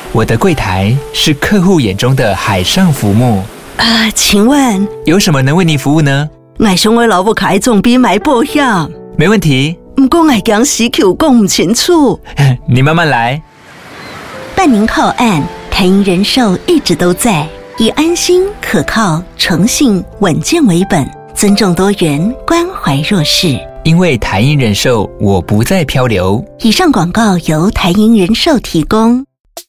我的柜台是客户眼中的海上浮木。 请问有什么能为您服务呢？ 我想我老母开总比买保险。 没问题。 不过我讲死口讲不清楚。 你慢慢来。 办您靠岸，台银人寿一直都在，以安心、可靠、诚信、稳健为本，尊重多元，关怀弱势。 因为台银人寿，我不再漂流。 以上广告由台银人寿提供。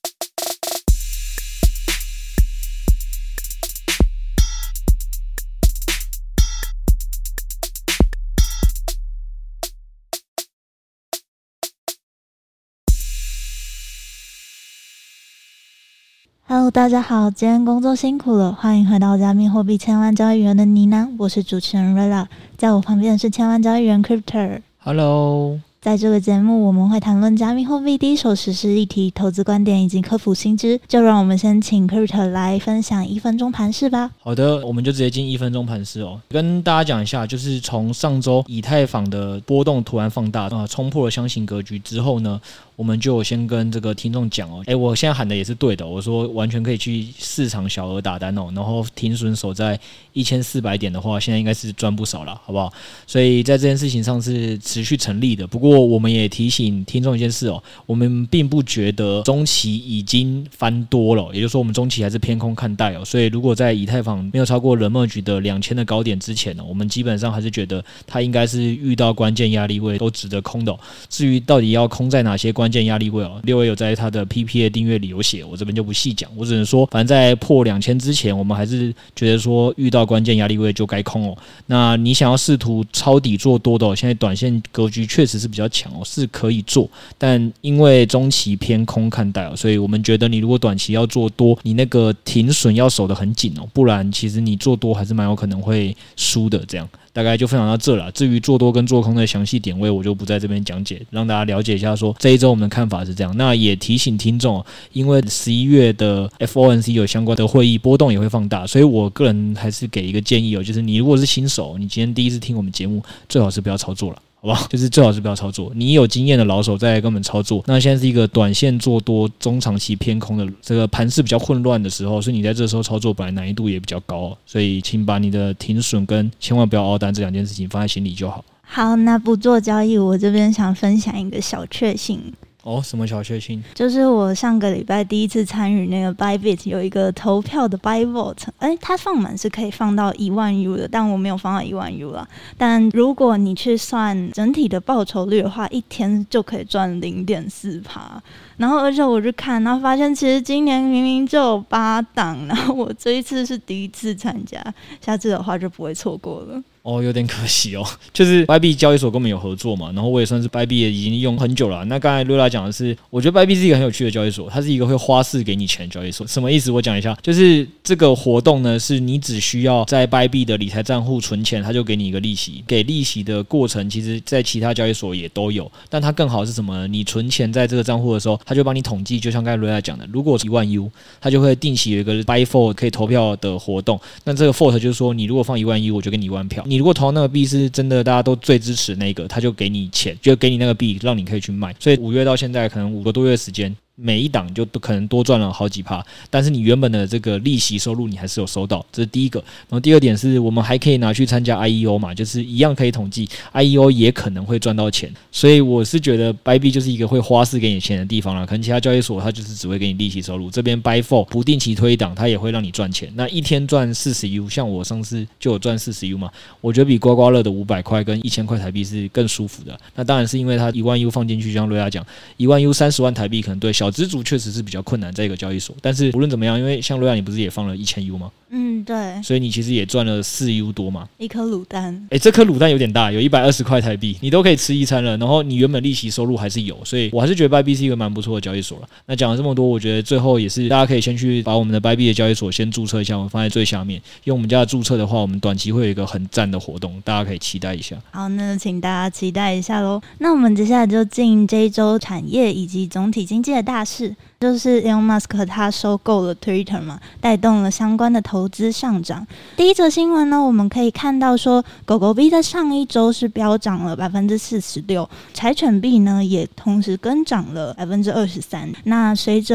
Hello， 大家好，今天工作辛苦了，欢迎回到加密货币千万交易员的呢喃，我是主持人 Rella， 在我旁边是千万交易员 Cryptor。Hello， 在这个节目我们会谈论加密货币第一手实施议题、投资观点以及科普新知，就让我们先请 Cryptor 来分享1分钟盘势吧。 好的，我们就直接进1分钟盘势哦。跟大家讲一下，就是从上周以太坊的波动突然放大，冲破了箱型格局之后呢，我们就先跟这个听众讲哦，我现在喊的也是对的，我说完全可以去市场小额打单哦，然后停损守在1400点的话，现在应该是赚不少了，好不好？所以在这件事情上是持续成立的。不过我们也提醒听众一件事哦，我们并不觉得中期已经翻多了，也就是说我们中期还是偏空看待哦。所以如果在以太坊没有超过人merge的2000的高点之前呢，我们基本上还是觉得它应该是遇到关键压力位都值得空的哦。至于到底要空在哪些关键压力位哦，六位有在他的 PPA 订阅里有写，我这边就不细讲，我只能说反正在破2000之前，我们还是觉得说遇到关键压力位就该空哦。那你想要试图抄底做多的哦，现在短线格局确实是比较强哦，是可以做，但因为中期偏空看待哦，所以我们觉得你如果短期要做多，你那个停损要守得很紧哦，不然其实你做多还是蛮有可能会输的。这样大概就分享到这了。至于做多跟做空的详细点位，我就不在这边讲解，让大家了解一下说这一周我们的看法是这样。那也提醒听众，因为11月的 FOMC 有相关的会议，波动也会放大，所以我个人还是给一个建议哦，就是你如果是新手，你今天第一次听我们节目，最好是不要操作了。好不好？就是最好是不要操作，你有经验的老手再来跟我们操作。那现在是一个短线做多、中长期偏空的这个盘势比较混乱的时候，所以你在这时候操作本来难易度也比较高哦，所以请把你的停损跟千万不要凹单这2件事情放在心里就好。 好，那不做交易，我这边想分享一个小确幸。 哦，什么小确幸？ 就是我上个礼拜第一次参与那个 Bybit 有一个投票的 Buy Vote， 它放满是可以放到10000U 的，但我没有放到10000U 啦。但如果你去算整体的报酬率的话，一天就可以赚 0.4%。然后而且我去看，然后发现其实今年明明就有8档，然后我这一次是第一次参加，下次的话就不会错过了。 哦，有点可惜哦，就是 Bybit 交易所跟我们有合作嘛，然后我也算是 Bybit 也已经用很久了。那刚才Lola讲的是，我觉得 Bybit 是一个很有趣的交易所，它是一个会花式给你钱的交易所。什么意思？我讲一下，就是这个活动呢，是你只需要在 Bybit 的理财账户存钱，它就给你一个利息。给利息的过程，其实在其他交易所也都有，但它更好是什么呢？你存钱在这个账户的时候，它就帮你统计，就像刚才Lola讲的，如果10000U，它就会定期有一个 Buy Vote 可以投票的活动。那这个 Vote 就是说，你如果放10000U，我就给你10000票。你如果投那个币是真的大家都最支持那个，他就给你钱，就给你那个币，让你可以去卖。所以5月到现在可能5个多月的时间，每一档就可能多赚了好几%，但是你原本的这个利息收入你还是有收到，这是第一个。然后第二点是我们还可以拿去参加 IEO 嘛，就是一样可以统计 IEO 也可能会赚到钱，所以我是觉得 Bybit 就是一个会花式给你钱的地方啦。可能其他交易所它就是只会给你利息收入，这边 Buy Vote 不定期推档，它也会让你赚钱。那一天赚40U， 像我上次就有赚40U 嘛，我觉得比刮刮乐的500块跟1000块台币是更舒服的。那当然是因为它10000U 放进去，像瑞亚讲，10000U 30万台币可能对小资族确实是比较困难在一个交易所，但是无论怎么样，因为像瑞亚你不是也放了1000U 吗？ 对， 所以你其实也赚了4U 多嘛， 一颗卤蛋。 这颗卤蛋有点大，有120块台币，你都可以吃一餐了。然后你原本利息收入还是有，所以我还是觉得 Bybit 是一个蛮不错的交易所了。那讲了这么多，我觉得最后也是大家可以先去把我们的 Bybit 的交易所先注册一下，我放在最下面。用我们家的注册的话，我们短期会有一个很赞的活动，大家可以期待一下。 好，那请大家期待一下咯。那我们接下来就进这一周产业以及总体经济的大事。就是 Elon Musk 他收购了 Twitter 嘛，带动了相关的投资上涨。第一则新闻呢，我们可以看到说，狗狗币在上一周是飙涨了 46%， 柴犬币呢也同时跟涨了 23%。那随着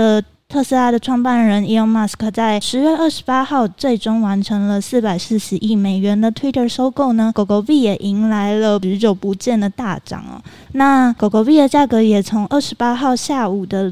特斯拉的创办人 Elon Musk 在10月28号最终完成了440亿美元的 Twitter 收购呢，狗狗币也迎来了许久不见的大涨哦。那狗狗币的价格也从28号下午的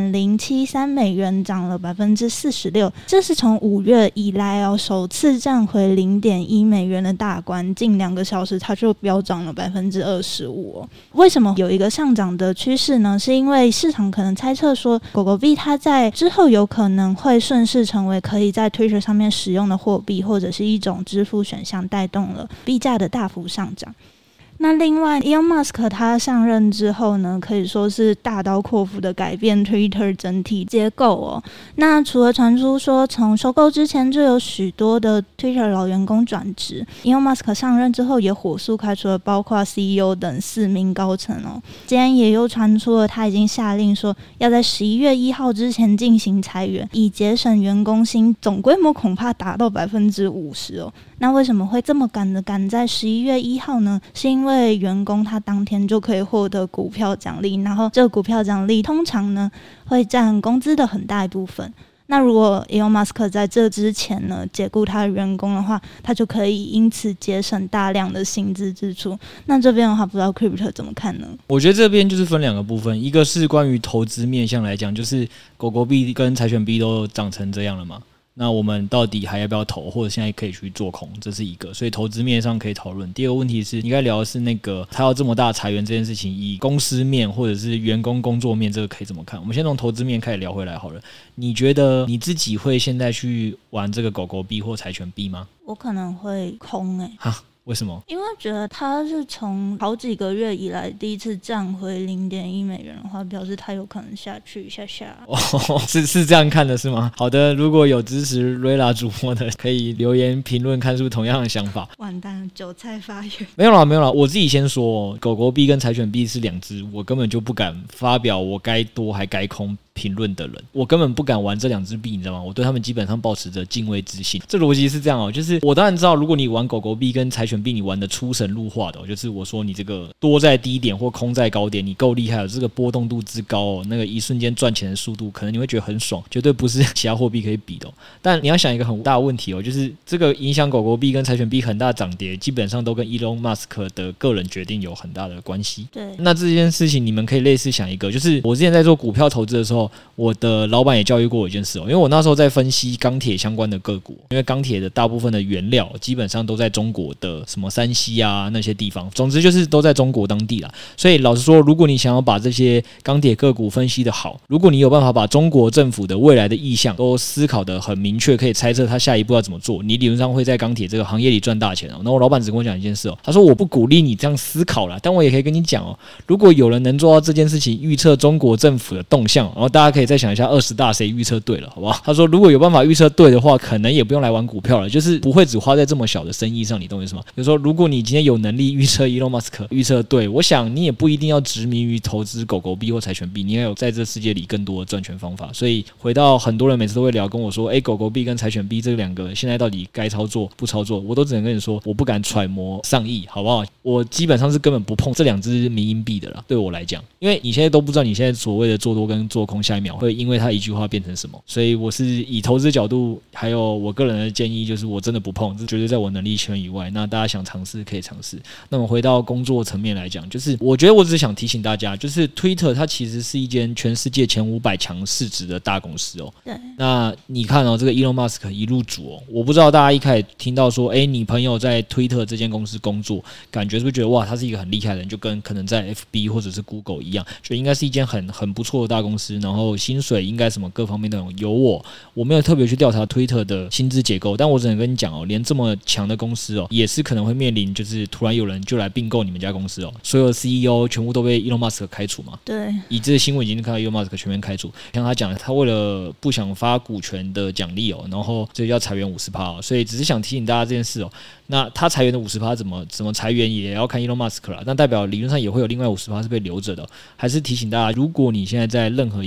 0.073 美元涨了 46%， 这是从5月以来首次站回 0.1 美元的大关，近2个小时它就飙涨了 25% 哦。为什么有一个上涨的趋势呢？是因为市场可能猜测说狗狗币它在之后有可能会顺势成为可以在 Twitter 上面使用的货币，或者是一种支付选项，带动了币价的大幅上涨。那另外 Elon Musk 他上任之后呢，可以说是大刀阔斧的改变 Twitter 整体结构哦。那除了传出说从收购之前就有许多的 Twitter 老员工转职， Elon Musk 上任之后也火速开除了包括 CEO 等4名高层哦。今天也又传出了他已经下令说要在11月1号之前进行裁员，以节省员工薪，总规模恐怕达到 50% 哦。那为什么会这么赶在11月1号呢？是因为员工他当天就可以获得股票奖励，然后这个股票奖励通常呢会占工资的很大一部分。那如果 Elon Musk 在这之前呢解雇他的员工的话，他就可以因此节省大量的薪资支出。那这边的话，不知道 Crypto 怎么看呢？ 我觉得这边就是分2个部分，一个是关于投资面向来讲，就是狗狗币跟柴犬币都涨成这样了嘛，那我们到底还要不要投，或者现在可以去做空，这是一个，所以投资面上可以讨论。第二个问题是，你该聊的是那个他要这么大裁员这件事情，以公司面或者是员工工作面，这个可以怎么看？我们先从投资面开始聊回来好了。你觉得你自己会现在去玩这个狗狗币或柴犬币吗？ 我可能会空哈，为什么？ 因为觉得它是从好几个月以来第一次站回 0.1 美元的话，表示它有可能下去一下。 是这样看的是吗？好的，如果有支持瑞拉主播的，可以留言评论看出同样的想法。 完蛋了，韭菜发言。 没有啦，我自己先说，狗狗币跟柴犬币是2只，我根本就不敢发表我该多还该空评论的人，我根本不敢玩这2只币，你知道吗？我对他们基本上抱持着敬畏之心。这逻辑是这样就是我当然知道，如果你玩狗狗币跟柴犬币，你玩的出神入化的就是我说你这个多在低点或空在高点，你够厉害了，这个波动度之高那个一瞬间赚钱的速度，可能你会觉得很爽，绝对不是其他货币可以比的但你要想一个很大的问题就是这个影响狗狗币跟柴犬币很大涨跌，基本上都跟 Elon Musk 的个人决定有很大的关系。 对， 那这件事情你们可以类似想一个，就是我之前在做股票投资的时候，我的老板也教育过我一件事因为我那时候在分析钢铁相关的个股，因为钢铁的大部分的原料基本上都在中国的什么山西啊那些地方，总之就是都在中国当地啦。所以老实说，如果你想要把这些钢铁个股分析的好，如果你有办法把中国政府的未来的意向都思考的很明确，可以猜测他下一步要怎么做，你理论上会在钢铁这个行业里赚大钱然后我老板只跟我讲一件事他说我不鼓励你这样思考啦，但我也可以跟你讲如果有人能做到这件事情，预测中国政府的动向，然后大家可以再想一下20大谁预测对了，好不好？他说如果有办法预测对的话，可能也不用来玩股票了，就是不会只花在这么小的生意上，你懂我意思吗？比如说如果你今天有能力预测 Elon Musk 预测对，我想你也不一定要执迷于投资狗狗币或柴犬币，你也有在这世界里更多的赚钱方法。所以回到很多人每次都会聊跟我说狗狗币跟柴犬币这2个现在到底该操作不操作，我都只能跟你说我不敢揣摩上意，好不好？我基本上是根本不碰这2只迷因币的啦，对我来讲，因为你现在都不知道你现在所谓的做多跟做空下一秒会因为他一句话变成什么，所以我是以投资角度还有我个人的建议，就是我真的不碰，这绝对在我能力圈以外，那大家想尝试可以尝试。那么回到工作层面来讲，就是我觉得我只是想提醒大家，就是 Twitter 它其实是一间全世界前500强市值的大公司对， 那你看这个 Elon Musk 一入主我不知道大家一开始听到说你朋友在 Twitter 这间公司工作，感觉是不是觉得哇他是一个很厉害的人，就跟可能在 FB 或者是 Google 一样，觉得应该是一间很不错的大公司，然后薪水应该什么各方面都有我没有特别去调查 Twitter 的薪资结构，但我只能跟你讲连这么强的公司也是可能会面临就是突然有人就来并购你们家公司所有的 CEO 全部都被 Elon Musk 开除嘛。 对， 以这个新闻已经看到 Elon Musk 全面开除，像他讲他为了不想发股权的奖励然后所以要裁员 50% 所以只是想提醒大家这件事那他裁员的 50% 怎么裁员也要看 Elon Musk 啦，那代表理论上也会有另外 50% 是被留着的还是提醒大家，如果你现在在任何一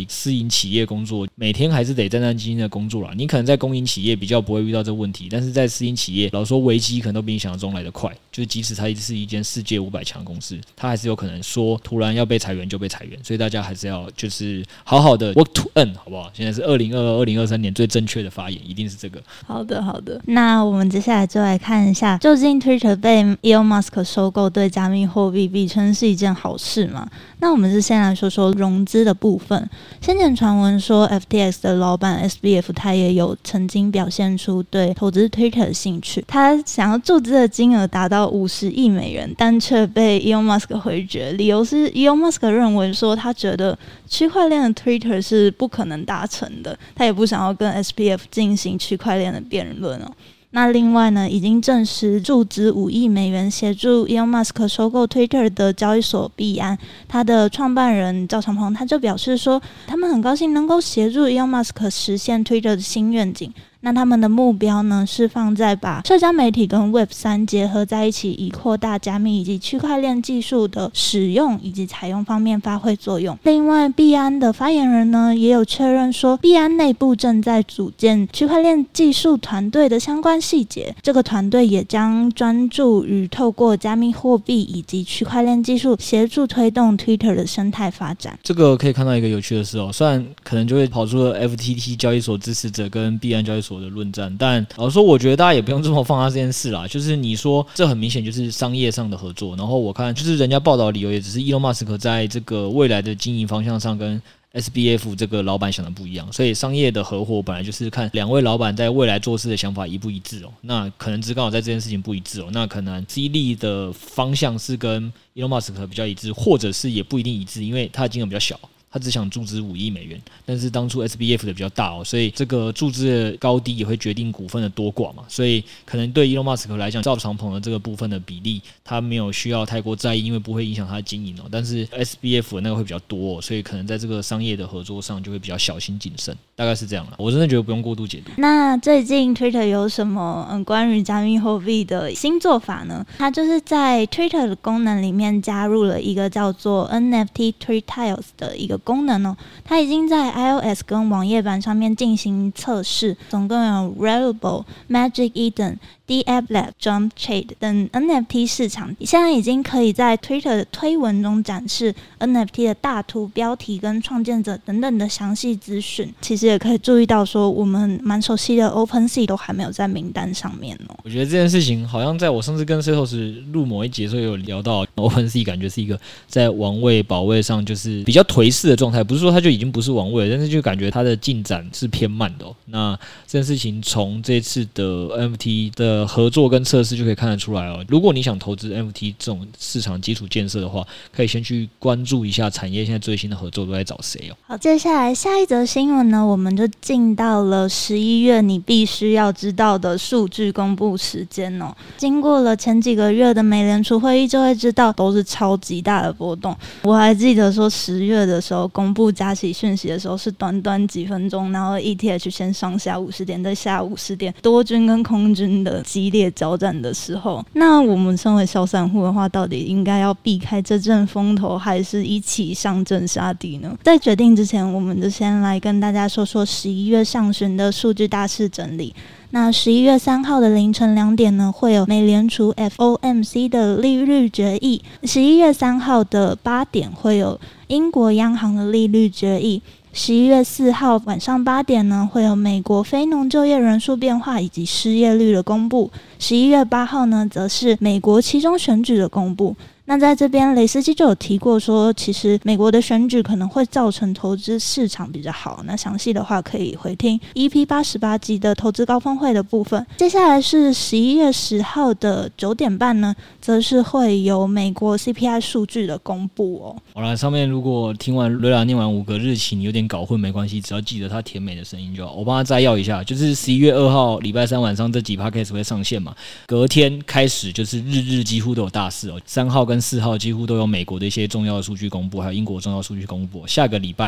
私营企业工作，每天还是得战战兢兢的工作啦。你可能在公营企业比较不会遇到这个问题，但是在私营企业，老实说危机可能都比你想象中来得快。就是即使它是一间世界500强公司，它还是有可能说突然要被裁员就被裁员，所以大家还是要就是好好的 work to earn， 好不好？现在是2022、2023年最正确的发言，一定是这个。 好的。那我们接下来就来看一下，究竟 Twitter 被 Elon Musk 收购对加密货币币称是一件好事吗？那我们是先来说说融资的部分。先前传闻说 FTX 的老板 SBF 他也有曾经表现出对投资 Twitter 的兴趣，他想要注资的金额达到50亿美元，但却被 Elon Musk 回绝，理由是 Elon Musk 认为说他觉得区块链的 Twitter 是不可能达成的，他也不想要跟 SBF 进行区块链的辩论哦。那另外呢，已经证实注资5亿美元协助 Elon Musk 收购 Twitter 的交易所币安，他的创办人赵长鹏他就表示说，他们很高兴能够协助 Elon Musk 实现 Twitter 的新愿景。那他们的目标呢，是放在把社交媒体跟 Web3 结合在一起，以扩大加密以及区块链技术的使用以及采用方面发挥作用。另外，币安的发言人呢，也有确认说，币安内部正在组建区块链技术团队的相关细节，这个团队也将专注于透过加密货币以及区块链技术协助推动 Twitter 的生态发展。 这个可以看到一个有趣的事哦，虽然可能就会跑出了 FTT 交易所支持者跟币安交易所的论战，但老实说我觉得大家也不用这么放大这件事啦，就是你说这很明显就是商业上的合作，然后我看就是人家报道的理由也只是 Elon Musk 在这个未来的经营方向上跟SBF 这个老板想的不一样，所以商业的合伙本来就是看两位老板在未来做事的想法一不一致哦。那可能只刚好在这件事情不一致哦，那可能 C 利的方向是跟 Elon Musk 比较一致，或者是也不一定一致，因为他的金额比较小。他只想注资5亿美元，但是当初 SBF 的比较大哦，所以这个注资的高低也会决定股份的多寡嘛，所以可能对 Elon Musk 来讲，赵长鹏的这个部分的比例，他没有需要太过在意，因为不会影响他的经营哦。但是 SBF 的那个会比较多哦，所以可能在这个商业的合作上就会比较小心谨慎，大概是这样啦。我真的觉得不用过度解读。 那最近 Twitter 有什么关于加密货币的新做法呢？它就是在 Twitter 的功能里面加入了一个叫做 NFT Tweet Tiles 的一个功能哦。它已经在 iOS 跟网页版上面进行测试，总共有 Rarible、Magic Eden、DAppLab、Jump Trade 等 NFT 市场，现在已经可以在 Twitter 的推文中展示 NFT 的大图、标题跟创建者等等的详细资讯。其实也可以注意到说，我们蛮熟悉的 OpenSea 都还没有在名单上面哦。 我觉得这件事情好像在我上次跟 Setos 录某一节的时候有聊到 OpenSea， 感觉是一个在王位保卫上就是比较颓势的状态，不是说它就已经不是王位了，但是就感觉它的进展是偏慢的哦。那这件事情从这次的 NFT 的合作跟测试就可以看得出来哦。如果你想投资 NFT 这种市场基础建设的话，可以先去关注一下产业现在最新的合作都在找谁哦。 好，接下来下一则新闻呢，我们就进到了11月你必须要知道的数据公布时间哦。经过了前几个月的美联储会议，就会知道都是超级大的波动。我还记得说10月的时候公布加息讯息的时候是短短几分钟，然后 ETH 先上下50点，再下50点，多军跟空军的激烈交战的时候，那我们身为小散户的话，到底应该要避开这阵风头，还是一起上阵杀敌呢？在决定之前，我们就先来跟大家说说11月上旬的数据大势整理。那11月3号的凌晨2点呢，会有美联储 FOMC 的利率决议。11月3号的8点会有英国央行的利率决议。11月4号晚上8点呢，会有美国非农就业人数变化以及失业率的公布。11月8号呢，则是美国期中选举的公布。那在这边雷斯基就有提过说，其实美国的选举可能会造成投资市场比较好，那详细的话可以回听 EP 88集的投资高峰会的部分。接下来是11月10号的9点半呢，则是会有美国 CPI 数据的公布哦。 好啦，上面如果听完瑞拉念完5个日期你有点搞混没关系，只要记得他甜美的声音就好。我帮他摘要一下，就是11月2号礼拜3晚上这集 Podcast 会上线嘛，隔天开始就是日几乎都有大事哦。3号跟4号几乎都有美国的一些重要的数据公布，还有英国重要数据公布。下个礼拜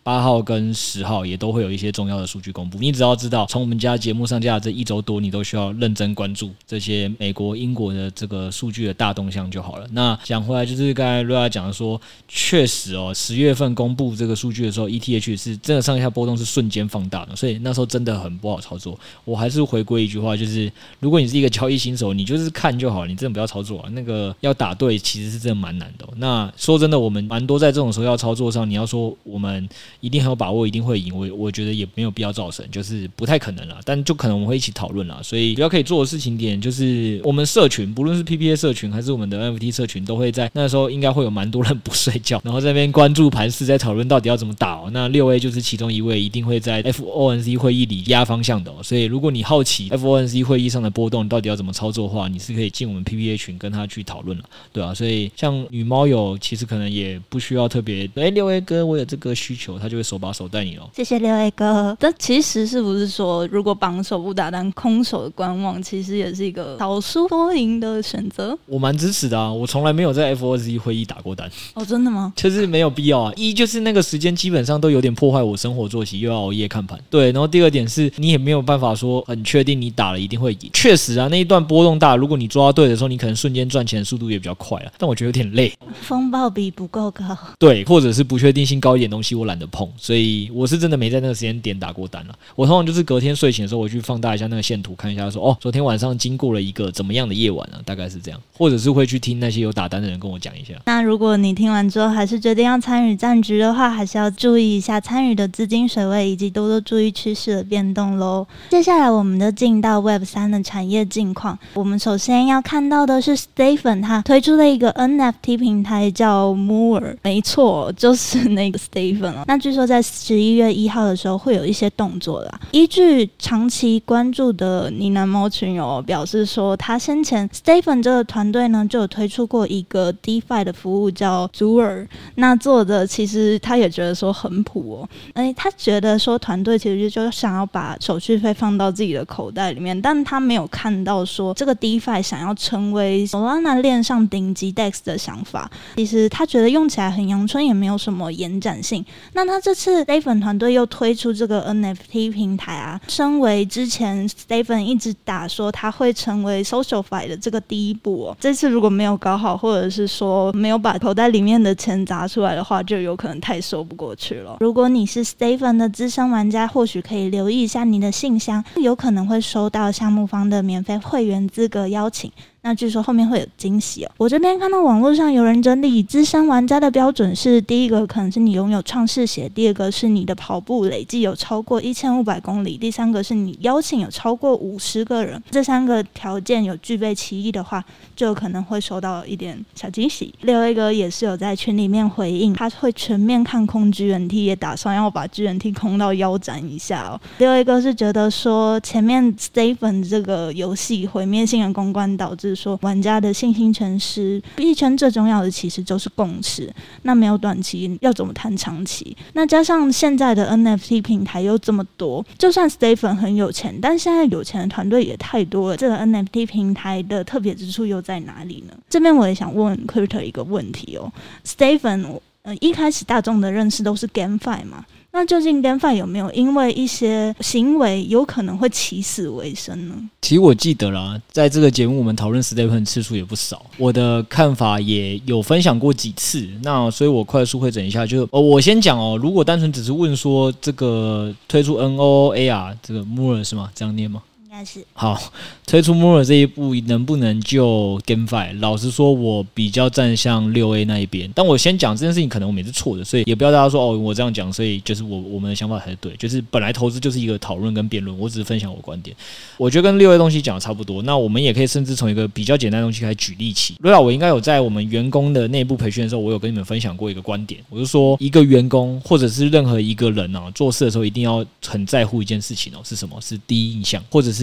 8号跟10号也都会有一些重要的数据公布。你只要知道，从我们家节目上架的这1周多，你都需要认真关注这些美国、英国的这个数据的大动向就好了。那讲回来，就是刚才瑞亚讲的说，确实10月份公布这个数据的时候 ，ETH 是真的上下波动是瞬间放大的，所以那时候真的很不好操作。我还是回归一句话，就是如果你是一个交易新手，你就是看就好，你真的不要操作啊。那个要打对，其实是真的蛮难的。那说真的，我们蛮多在这种时候要操作上，你要说我们一定很有把握，一定会赢，我觉得也没有必要造成，就是不太可能啦。但就可能我们会一起讨论啦。所以比较可以做的事情点，就是我们社群，不论是 PPA 社群还是我们的 NFT 社群，都会在那时候应该会有蛮多人不睡觉，然后在那边关注盘势，在讨论到底要怎么打那6A 就是其中一位，一定会在 FOMC 会议里压方向的所以如果你好奇 FOMC 会议上的波动到底要怎么操作的话，你是可以进我们 PPA 群跟他去讨论了，对啊。所以像女猫友其实可能也不需要特别6A 哥我有这个需求，他就会手把手带你咯。 谢谢6A 哥。这其实是不是说如果绑手不打单，空手的观望其实也是一个少输多赢的选择？我蛮支持的啊，我从来没有在 FOMC 会议打过单。 真的吗？ 就是没有必要啊。一就是那个时间基本上都有点破坏我生活作息，又要熬夜看盘。对，然后第二点是你也没有办法说很确定你打了一定会赢。确实啊，那一段波动大，如果你抓对的时候，你可能瞬间赚钱的速度也比较快啊。但我觉得有点累， 风暴比不够高。 对，或者是不确定性高一点东西我懒得碰，所以我是真的没在那个时间点打过单了。我通常就是隔天睡醒的时候，我去放大一下那个线图，看一下说昨天晚上经过了一个怎么样的夜晚大概是这样。或者是会去听那些有打单的人跟我讲一下。 那如果你听完之后还是决定要参与战局的话，还是要注意一下参与的资金水位，以及多多注意趋势的变动咯。接下来我们就进到 Web3 的产业近况。我们首先要看到的是 Stephen 他推出了一个 NFT 平台叫 Moor， 没错，就是那个 Stephen 那据说在11月1号的时候会有一些动作啦。依据长期关注的呢喃猫群友表示说，他先前 Stephen 这个团队呢就有推出过一个 DeFi 的服务叫 Zur， 那做的其实他也觉得说很普他觉得说团队其实就想要把手续费放到自己的口袋里面，但他没有看到说这个 DeFi 想要成为 Solana 链上顶级 DEX 的想法。其实他觉得用起来很阳春，也没有什么延展性。那他这次 Stephen 团队又推出这个 NFT 平台身为之前 Stephen 一直打说他会成为 SocialFi 的这个第一步这次如果没有搞好，或者是说没有把口袋里面的钱砸出来的话，就有可能太说不过去了。如果你是 Stephen 的资深玩家，或许可以留意一下你的信箱，有可能会收到项目方的免费会员资格邀请。那据说后面会有惊喜我这边看到网络上有人整理资深玩家的标准是，第一个可能是你拥有创世血，第二个是你的跑步累计有超过1500公里，第三个是你邀请有超过50个人。这三个条件有具备其一的话，就有可能会收到一点小惊喜。6A哥也是有在群里面回应，他会全面看空 GNT， 也打算要把 GNT 空到腰斩一下6A哥是觉得说前面 Stephen 这个游戏毁灭性的公关导致说玩家的信心全失，币圈最重要的其实就是共识，那没有短期要怎么谈长期？那加上现在的 NFT 平台又这么多，就算 Stephen 很有钱，但现在有钱的团队也太多了，这个 NFT 平台的特别之处又在哪里呢？这边我也想问 Kurt 一个问题Stephen一开始大众的认识都是 GameFi 嘛，那究竟 GameFi 有没有因为一些行为有可能会起死回生呢？ 其实我记得啦，在这个节目我们讨论 Stephen 次数也不少，我的看法也有分享过几次，那所以我快速汇整一下，就我先讲如果单纯只是问说这个推出 NOAR 这个 Moor 是吗？这样念吗？好，推出 Moor 这一步能不能救 GameFi？ 老实说，我比较站向6A 那一边。但我先讲这件事情，可能我们也是错的，所以也不要大家说我这样讲，所以就是我们的想法才是对。就是本来投资就是一个讨论跟辩论，我只是分享我观点。我觉得跟6A 东西讲的差不多。那我们也可以甚至从一个比较简单的东西开始举例起。瑞老，我应该有在我们员工的内部培训的时候，我有跟你们分享过一个观点，我就说一个员工或者是任何一个人做事的时候，一定要很在乎一件事情是什么？是第一印象，或者是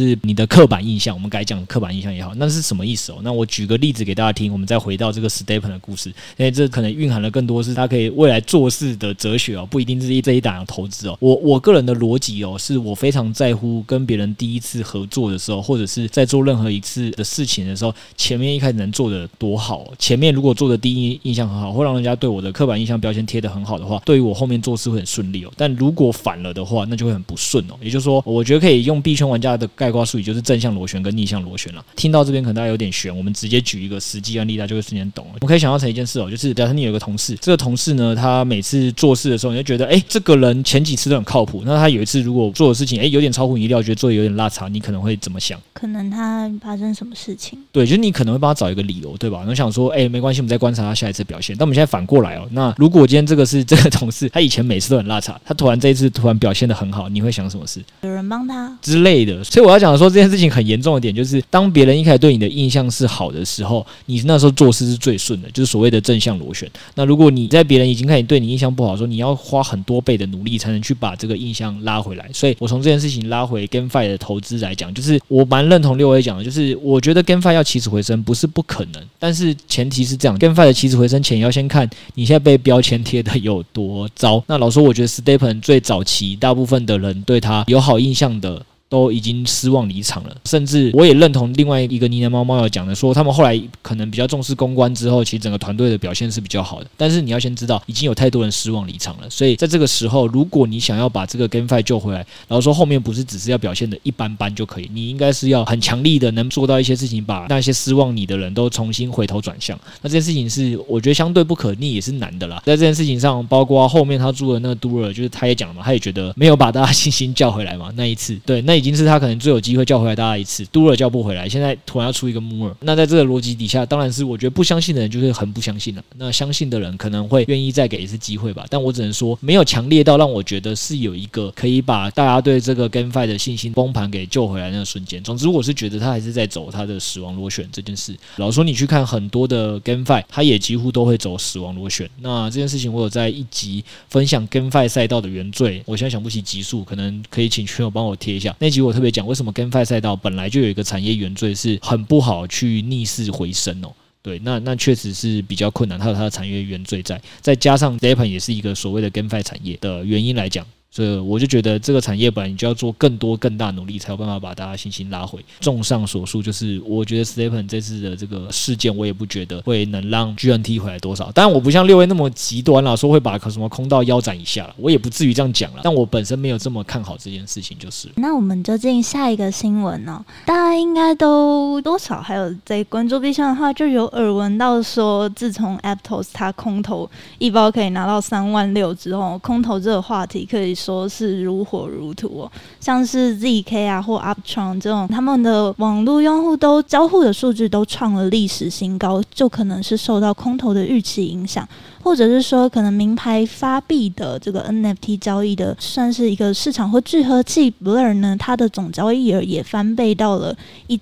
是你的刻板印象，我们该讲刻板印象也好，那是什么意思哦？那我举个例子给大家听，我们再回到这个 Stephen 的故事，因为这可能蕴含了更多是他可以未来做事的哲学哦，不一定是这一档投资哦。我个人的逻辑哦，是我非常在乎跟别人第一次合作的时候，或者是在做任何一次的事情的时候，前面一开始能做的多好哦。前面如果做的第一印象很好，会让人家对我的刻板印象标签贴得很好的话，对于我后面做事会很顺利哦。但如果反了的话，那就会很不顺哦。也就是说，我觉得可以用币圈玩家的概括术语，就是正向螺旋跟逆向螺旋啦。听到这边可能大家有点悬，我们直接举一个实际案例，大家就会瞬间懂了。我们可以想象成一件事哦，就是假设你有一个同事，这个同事呢，他每次做事的时候，你就觉得，这个人前几次都很靠谱，那他有一次如果做的事情，有点超乎你意料，觉得做的有点落差，你可能会怎么想？ 可能他发生什么事情？ 对，就是你可能会帮他找一个理由，对吧？然后想说，没关系，我们再观察他下一次表现。但我们现在反过来哦，那如果今天这个同事，他以前每次都很落差，他突然这一次突然表现得很好，你会想什么事？ 有人帮他之类的。所以我要讲说这件事情很严重的点，就是当别人一开始对你的印象是好的时候，你那时候做事是最顺的，就是所谓的正向螺旋。那如果你在别人已经开始对你印象不好的时候，你要花很多倍的努力才能去把这个印象拉回来。所以我从这件事情拉回 GameFi 的投资来讲，就是我蛮认同6A讲的，就是我觉得 GameFi 要起死回生不是不可能，但是前提是这样 GameFi 的起死回生前要先看你现在被标签贴的有多糟。那老实说，我觉得 Stephen 最早期大部分的人对他有好印象的都已经失望离场了，甚至我也认同另外一个呢喃猫猫有讲的说，他们后来可能比较重视公关之后，其实整个团队的表现是比较好的。但是你要先知道，已经有太多人失望离场了，所以在这个时候，如果你想要把这个 GameFi 救回来，然后说后面不是只是要表现的一般般就可以，你应该是要很强力的能做到一些事情，把那些失望你的人都重新回头转向。那这件事情是我觉得相对不可逆，也是难的啦。在这件事情上，包括后面他租的那个 Doer， 就是他也讲了嘛，他也觉得没有把大家信心叫回来嘛，那一次，对，那已经是他可能最有机会叫回来大家一次，Doer叫不回来，现在突然要出一个 Moore， 那在这个逻辑底下，当然是我觉得不相信的人就是很不相信了，那相信的人可能会愿意再给一次机会吧，但我只能说没有强烈到让我觉得是有一个可以把大家对这个 GameFi 的信心崩盘给救回来那个瞬间。总之我是觉得他还是在走他的死亡螺旋这件事。老实说你去看很多的 GameFi， 他也几乎都会走死亡螺旋。那这件事情我有在一集分享 GameFi 赛道的原罪，我现在想不起集数，可能可以请群友帮我贴一下。那集我特别讲为什么 GameFi 赛道本来就有一个产业原罪是很不好去逆势回升哦。对，那确实是比较困难，它有它的产业原罪在，再加上 Stephen 也是一个所谓的 GameFi 产业的原因来讲，所以我就觉得这个产业本来你就要做更多更大努力，才有办法把大家信心拉回。综上所述，就是我觉得 Stephen 这次的这个事件，我也不觉得会能让 GNT 回来多少。当然我不像6A那么极端啦，说会把什么空到腰斩以下啦，我也不至于这样讲啦。但我本身没有这么看好这件事情，就是。 那我们就进下一个新闻哦，大家应该都多少还有在关注币圈的话，就有耳闻到说，自从 Aptos 它空投一包可以拿到36000之后，空投这个话题可以说是如火如荼哦。像是 ZK 啊或 Uptron 这种，他们的网络用户都交互的数据都创了历史新高，就可能是受到空投的预期影响。或者是说可能名牌发币的这个 NFT 交易的算是一个市场或聚合器 Blur 呢，它的总交易额也翻倍到了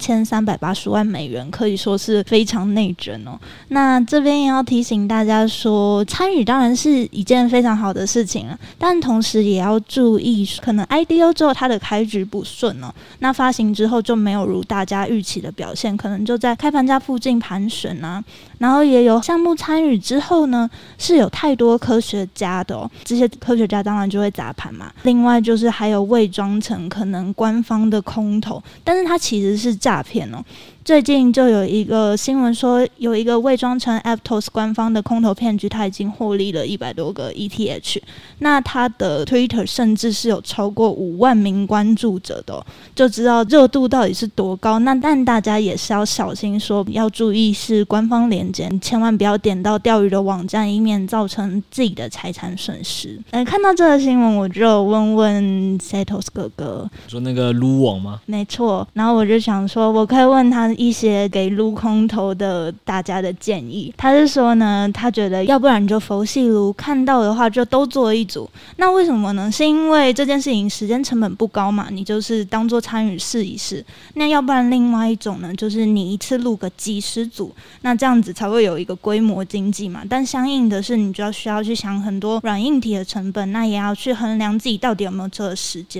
1380万美元，可以说是非常内卷哦。那这边也要提醒大家说，参与当然是一件非常好的事情了，但同时也要注意可能 IDO 之后它的开局不顺哦，那发行之后就没有如大家预期的表现，可能就在开盘价附近盘旋啊。然后也有项目参与之后呢，是有太多科学家的哦，这些科学家当然就会砸盘嘛。另外就是还有伪装成可能官方的空头，但是它其实是诈骗哦。最近就有一个新闻说，有一个伪装成 Aptos 官方的空头骗局，他已经获利了100多个 ETH。那他的 Twitter 甚至是有超过5万名关注者的哦，就知道热度到底是多高。那但大家也是要小心说，要注意是官方连结，千万不要点到钓鱼的网站，以免造成自己的财产损失。看到这个新闻，我就问问 Setos 哥哥， 说那个撸网吗？ 没错。然后我就想说，我可以问他一些给撸空头的大家的建议。他是说呢，他觉得要不然就佛系撸，看到的话就都做一组。那为什么呢？是因为这件事情时间成本不高嘛，你就是当做参与试一试。那要不然另外一种呢，就是你一次录个几十组，那这样子才会有一个规模经济嘛。但相应的是，你就需要去想很多软硬体的成本，那也要去衡量自己到底有没有这个时间。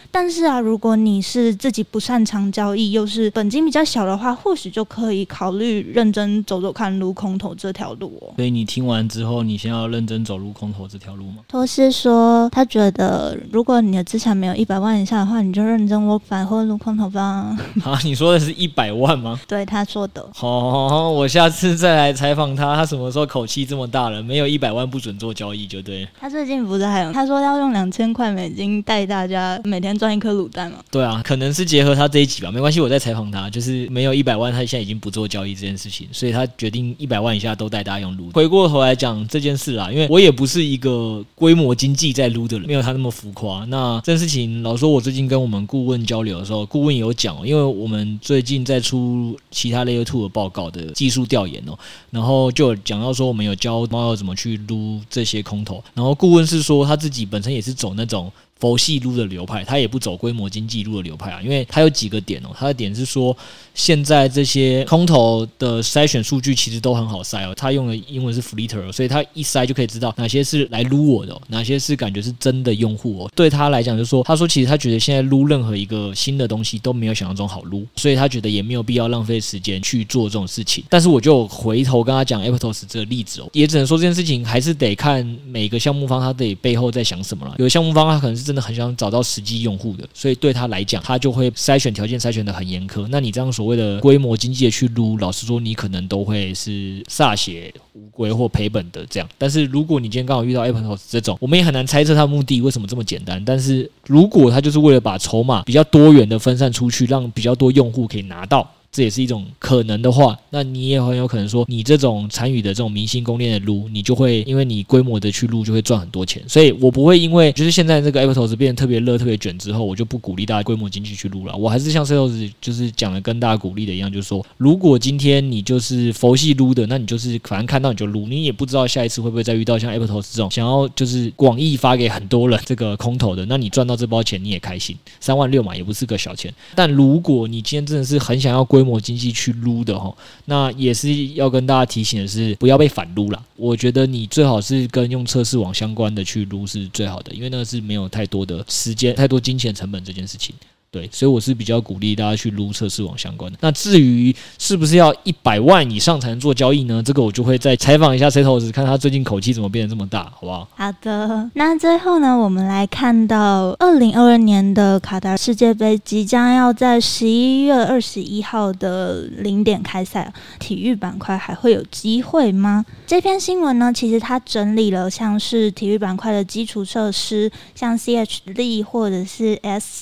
但是啊，如果你是自己不擅长交易，又是本金比较小的话，或许就可以考虑认真走走看撸空头这条路哦。 所以你听完之后，你先要认真走入空头这条路吗？ 托斯说他觉得如果你的资产没有100万以下的话，你就认真work反或撸空头吧。 啊，你说的是100万吗？ 对，他说的。 我下次再来采访他，他什么时候口气这么大了？没有100万不准做交易就对了。 他最近不是还有他说要用2000块美金带大家每天赚1颗卤蛋吗？ 对啊，可能是结合他这一集吧，没关系，我再采访他。就是没有100万，他现在已经不做交易这件事情，所以他决定100万以下都带大家用撸。回过头来讲这件事啦，因为我也不是一个规模经济在撸的人，没有他那么浮夸。那这件事情，老实说，我最近跟我们顾问交流的时候，顾问也有讲，因为我们最近在出其他 Layer 2的报告的技术调研哦，然后就有讲到说，我们有教猫友怎么去撸这些空头，然后顾问是说他自己本身也是走那种佛系撸的流派，他也不走规模经济撸的流派啊，因为他有几个点哦。他的点是说，现在这些空头的筛选数据其实都很好筛哦，他用的英文是 Flitter， 所以他一筛就可以知道哪些是来撸我的哦，哪些是感觉是真的用户哦。对他来讲，就是说，他说其实他觉得现在撸任何一个新的东西都没有想象中好撸，所以他觉得也没有必要浪费时间去做这种事情。但是我就回头跟他讲 Aptos 这个例子哦，也只能说这件事情还是得看每个项目方他得背后在想什么了。有的项目方他可能是真的很想找到实际用户的，所以对他来讲，他就会筛选条件筛选的很严苛。那你这样所谓的规模经济的去撸，老实说，你可能都会是歃血无归或赔本的这样。但是如果你今天刚好遇到 Aptos 这种，我们也很难猜测他的目的为什么这么简单。但是如果他就是为了把筹码比较多元的分散出去，让比较多用户可以拿到，这也是一种可能的话，那你也很有可能说，你这种参与的这种明星公链的撸，你就会因为你规模的去撸，就会赚很多钱。所以我不会因为就是现在这个 Aptos 变得特别热、特别卷之后，我就不鼓励大家规模经济去撸了。我还是像 Sales 就是讲的跟大家鼓励的一样，就是说，如果今天你就是佛系撸的，那你就是反正看到你就撸，你也不知道下一次会不会再遇到像 Aptos 这种想要就是广义发给很多人这个空头的，那你赚到这包钱你也开心，36000嘛，也不是个小钱。但如果你今天真的是很想要规模经济去撸的齁，那也是要跟大家提醒的是，不要被反撸啦。我觉得你最好是跟用测试网相关的去撸是最好的，因为那个是没有太多的时间、太多金钱成本这件事情。对，所以我是比较鼓励大家去撸测试网相关的。那至于是不是要100万以上才能做交易呢？这个我就会再采访一下 Setos， 看他最近口气怎么变得这么大，好不好？ 好的，那最后呢，我们来看到2022年的卡达世界杯即将要在11月21号的0点开赛，体育板块还会有机会吗？这篇新闻呢，其实它整理了像是体育板块的基础设施，像 CHL 或者是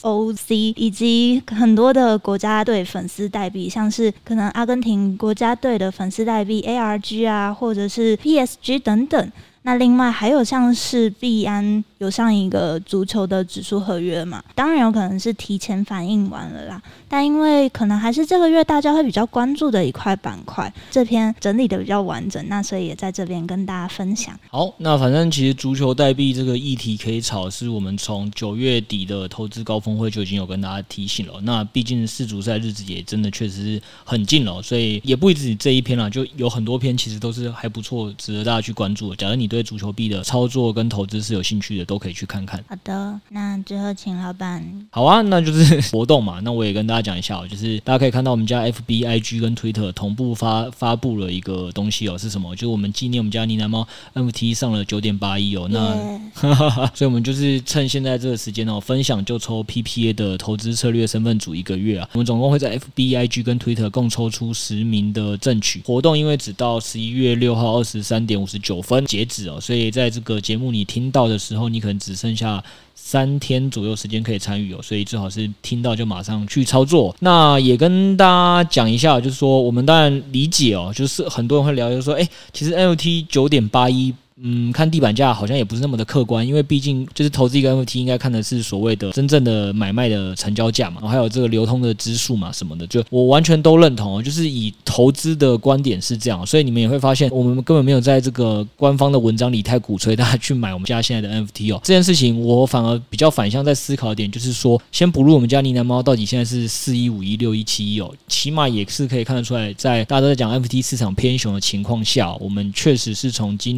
SOC。以及很多的国家队粉丝代币，像是可能阿根廷国家队的粉丝代币 ARG 啊，或者是 PSG 等等。那另外还有像是币安有上一个足球的指数合约嘛，当然有可能是提前反应完了啦，但因为可能还是这个月大家会比较关注的一块板块，这篇整理的比较完整，那所以也在这边跟大家分享。 好，那反正其实足球代币这个议题可以炒，是我们从9月底的投资高峰会就已经有跟大家提醒了。那毕竟世足赛日子也真的确实是很近了，所以也不止这一篇啦，就有很多篇其实都是还不错，值得大家去关注的。假如你对足球币的操作跟投资是有兴趣的，都可以去看看。 好的，那最后请老板。 好啊，那就是活动嘛，那我也跟大家讲一下就是大家可以看到我们家 FB、IG 跟 Twitter 同步发布了一个东西是什么？就是我们纪念我们家呢喃猫 NFT 上了9.81那所以我们就是趁现在这个时间分享就抽 PPA 的投资策略身份组1个月啊。我们总共会在 FB、IG 跟 Twitter 共抽出10名的正取。活动因为只到11月6号23点59分截止所以在这个节目你听到的时候，你可能只剩下3天左右时间可以参与所以最好是听到就马上去操作。那也跟大家讲一下，就是说我们当然理解就是很多人会聊，就是说其实 NFT 9.81看地板价好像也不是那么的客观，因为毕竟就是投资一个 NFT 应该看的是所谓的真正的买卖的成交价嘛，还有这个流通的支数嘛什么的，就我完全都认同就是以投资的观点是这样，所以你们也会发现我们根本没有在这个官方的文章里太鼓吹大家去买我们家现在的 NFT 这件事情我反而比较反向在思考的点就是说，先不论我们家呢喃猫到底现在是41516171起码也是可以看得出来，在大家都在讲 NFT 市场偏熊的情况下，我们确实是从今年的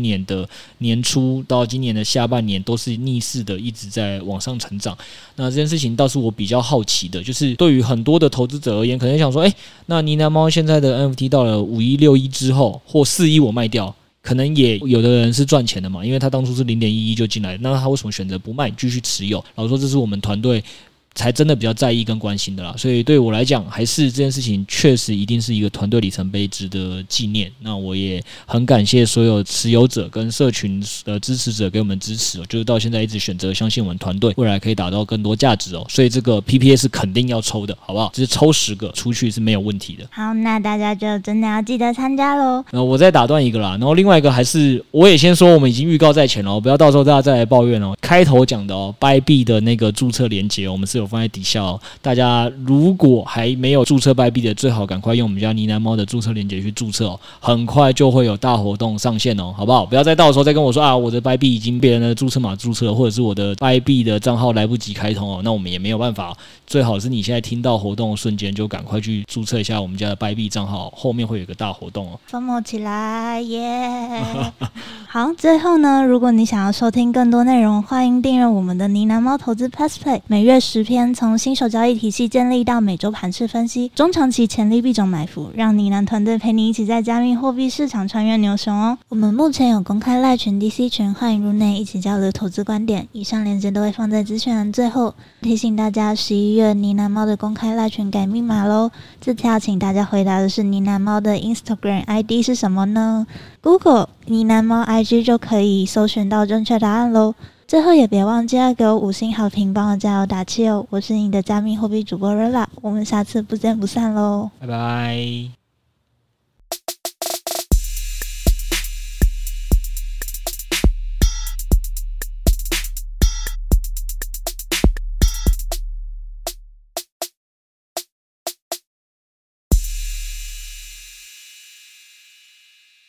的年初到今年的下半年都是逆势的一直在往上成长。那这件事情倒是我比较好奇的，就是对于很多的投资者而言，可能想说，那呢喃猫现在的 NFT 到了5亿、6亿之后，或4亿我卖掉，可能也有的人是赚钱的嘛，因为他当初是0.11就进来，那他为什么选择不卖，继续持有？老实说，这是我们团队才真的比较在意跟关心的啦，所以对我来讲，还是这件事情确实一定是一个团队里程碑值得纪念。那我也很感谢所有持有者跟社群的支持者给我们支持就是到现在一直选择相信我们团队，未来可以达到更多价值所以这个 PPA 是肯定要抽的，好不好？只是抽10个出去是没有问题的。 好，那大家就真的要记得参加咯。 我再打断一个啦，然后另外一个还是我也先说，我们已经预告在前了，不要到时候大家再来抱怨开头讲的Bybit 的那个注册连结我们是有放在底下大家如果还没有注册Bybit的，最好赶快用我们家呢喃猫的注册连结去注册很快就会有大活动上线好不好？不要再到时候再跟我说我的Bybit已经别人的注册码注册了，或者是我的Bybit的账号来不及开通那我们也没有办法。最好是你现在听到活动的瞬间就赶快去注册一下我们家的Bybit账号，后面会有一个大活动 FOMO起来耶！好，最后呢，如果你想要收听更多内容，欢迎订阅我们的呢喃猫投资 Plus Play， 每月10篇，从新手交易体系建立到每周盘势分析，中长期潜力币种埋伏，让呢喃团队陪你一起在加密货币市场穿越牛熊我们目前有公开赖群、DC 群，欢迎入内一起交流投资观点，以上链接都会放在资讯栏最后。提醒大家11月呢喃猫的公开赖群改密码咯，这次要请大家回答的是呢喃猫的 Instagram ID 是什么呢？ Google 呢喃猫 IG 就可以搜寻到正确答案咯。最后也别忘记要给我5星好评，帮我加油打气我是你的加密货币主播 Rella， 我们下次不见不散咯， 拜拜。